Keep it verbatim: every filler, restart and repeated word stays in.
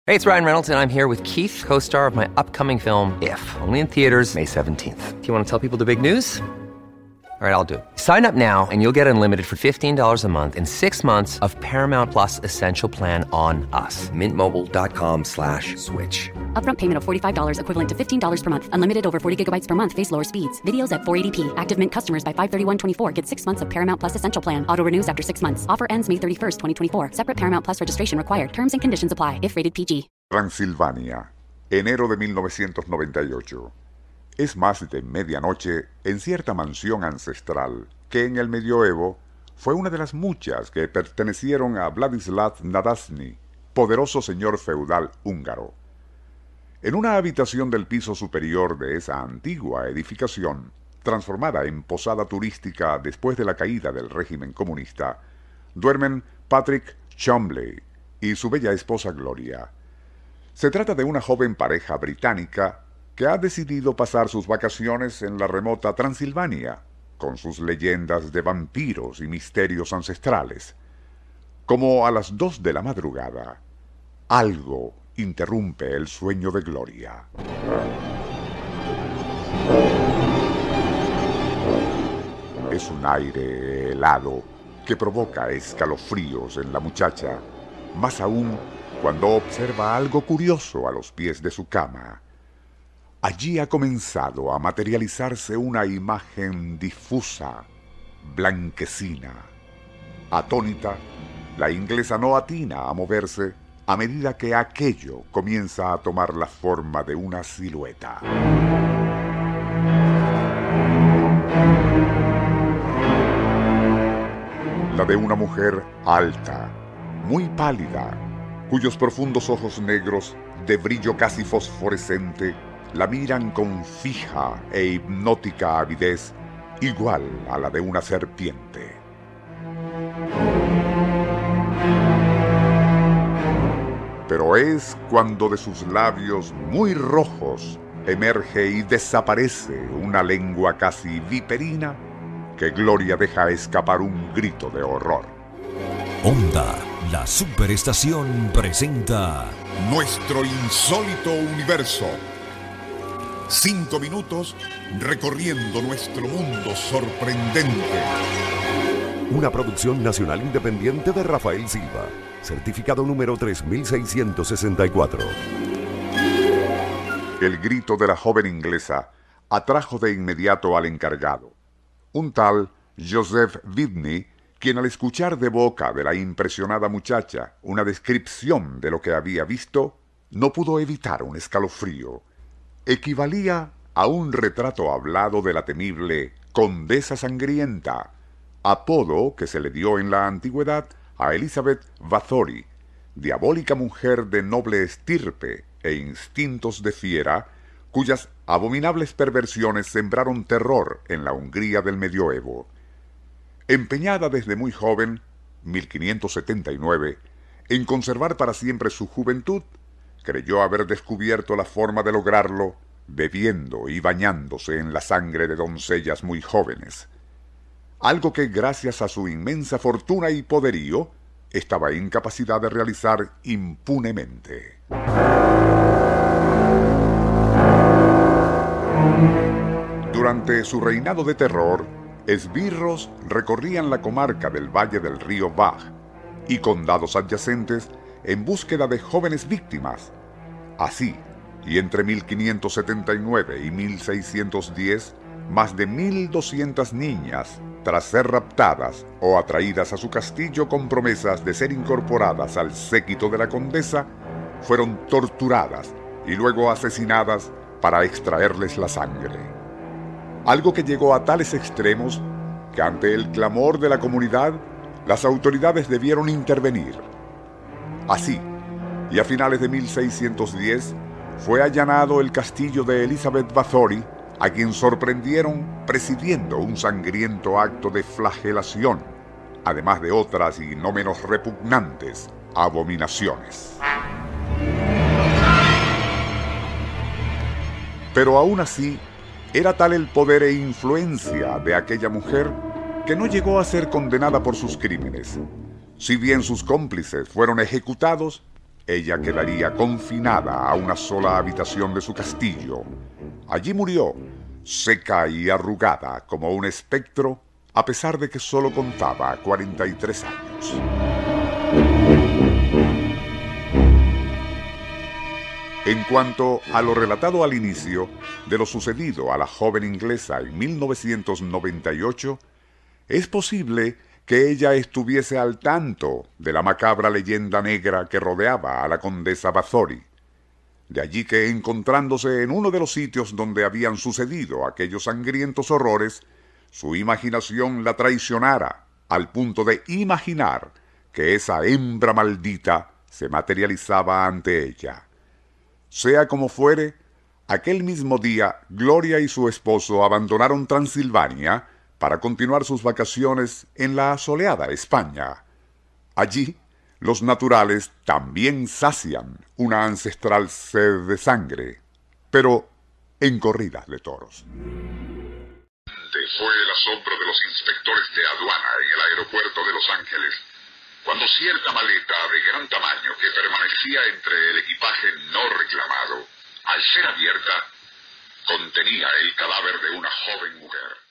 Hey, it's Ryan Reynolds, and I'm here with Keith, co-star of my upcoming film, If, only in theaters May seventeenth. Do you want to tell people the big news? All right, I'll do it. Sign up now and you'll get unlimited for fifteen dollars a month and six months of Paramount Plus Essential Plan on us. Mint Mobile dot com slash switch. Upfront payment of forty-five dollars equivalent to fifteen dollars per month. Unlimited over forty gigabytes per month. Face lower speeds. Videos at four eighty p. Active Mint customers by five thirty-one twenty-four get six months of Paramount Plus Essential Plan. Auto renews after six months. Offer ends May thirty-first, twenty twenty-four. Separate Paramount Plus registration required. Terms and conditions apply if rated P G. Transilvania, enero de mil novecientos noventa y ocho. Es más de medianoche en cierta mansión ancestral que en el medioevo fue una de las muchas que pertenecieron a Vladislav Nadasny, poderoso señor feudal húngaro. En una habitación del piso superior de esa antigua edificación, transformada en posada turística después de la caída del régimen comunista, duermen Patrick Chomley y su bella esposa Gloria. Se trata de una joven pareja británica que ha decidido pasar sus vacaciones en la remota Transilvania, con sus leyendas de vampiros y misterios ancestrales. Como a las dos de la madrugada, algo interrumpe el sueño de Gloria. Es un aire helado que provoca escalofríos en la muchacha, más aún cuando observa algo curioso a los pies de su cama. Allí ha comenzado a materializarse una imagen difusa, blanquecina. Atónita, la inglesa no atina a moverse a medida que aquello comienza a tomar la forma de una silueta. La de una mujer alta, muy pálida, cuyos profundos ojos negros, de brillo casi fosforescente, la miran con fija e hipnótica avidez, igual a la de una serpiente. Pero es cuando de sus labios muy rojos emerge y desaparece una lengua casi viperina que Gloria deja escapar un grito de horror. Onda, la superestación presenta Nuestro insólito universo. Cinco minutos recorriendo nuestro mundo sorprendente. Una producción nacional independiente de Rafael Silva. Certificado número tres mil seiscientos sesenta y cuatro. El grito de la joven inglesa atrajo de inmediato al encargado, un tal Joseph Vidney, quien al escuchar de boca de la impresionada muchacha una descripción de lo que había visto, no pudo evitar un escalofrío. Equivalía a un retrato hablado de la temible Condesa Sangrienta, apodo que se le dio en la antigüedad a Elizabeth Bathory, diabólica mujer de noble estirpe e instintos de fiera, cuyas abominables perversiones sembraron terror en la Hungría del medioevo. Empeñada desde muy joven, mil quinientos setenta y nueve, en conservar para siempre su juventud, creyó haber descubierto la forma de lograrlo bebiendo y bañándose en la sangre de doncellas muy jóvenes. Algo que, gracias a su inmensa fortuna y poderío, estaba en capacidad de realizar impunemente. Durante su reinado de terror, esbirros recorrían la comarca del valle del río Bach y condados adyacentes en búsqueda de jóvenes víctimas. Así, y entre mil quinientos setenta y nueve y mil seiscientos diez, más de mil doscientas niñas, tras ser raptadas o atraídas a su castillo con promesas de ser incorporadas al séquito de la condesa, fueron torturadas y luego asesinadas para extraerles la sangre. Algo que llegó a tales extremos que ante el clamor de la comunidad, las autoridades debieron intervenir. Así, y a finales de mil seiscientos diez, fue allanado el castillo de Elizabeth Bathory, a quien sorprendieron presidiendo un sangriento acto de flagelación, además de otras y no menos repugnantes abominaciones. Pero aún así, era tal el poder e influencia de aquella mujer que no llegó a ser condenada por sus crímenes. Si bien sus cómplices fueron ejecutados, ella quedaría confinada a una sola habitación de su castillo. Allí murió, seca y arrugada como un espectro, a pesar de que solo contaba cuarenta y tres años. En cuanto a lo relatado al inicio de lo sucedido a la joven inglesa en mil novecientos noventa y ocho, es posible que ella estuviese al tanto de la macabra leyenda negra que rodeaba a la condesa Bathory. De allí que, encontrándose en uno de los sitios donde habían sucedido aquellos sangrientos horrores, su imaginación la traicionara al punto de imaginar que esa hembra maldita se materializaba ante ella. Sea como fuere, aquel mismo día Gloria y su esposo abandonaron Transilvania para continuar sus vacaciones en la soleada España. Allí, los naturales también sacian una ancestral sed de sangre, pero en corridas de toros. Fue el asombro de los inspectores de aduana en el aeropuerto de Los Ángeles, cuando cierta maleta de gran tamaño que permanecía entre el equipaje no reclamado, al ser abierta, contenía el cadáver de una joven mujer.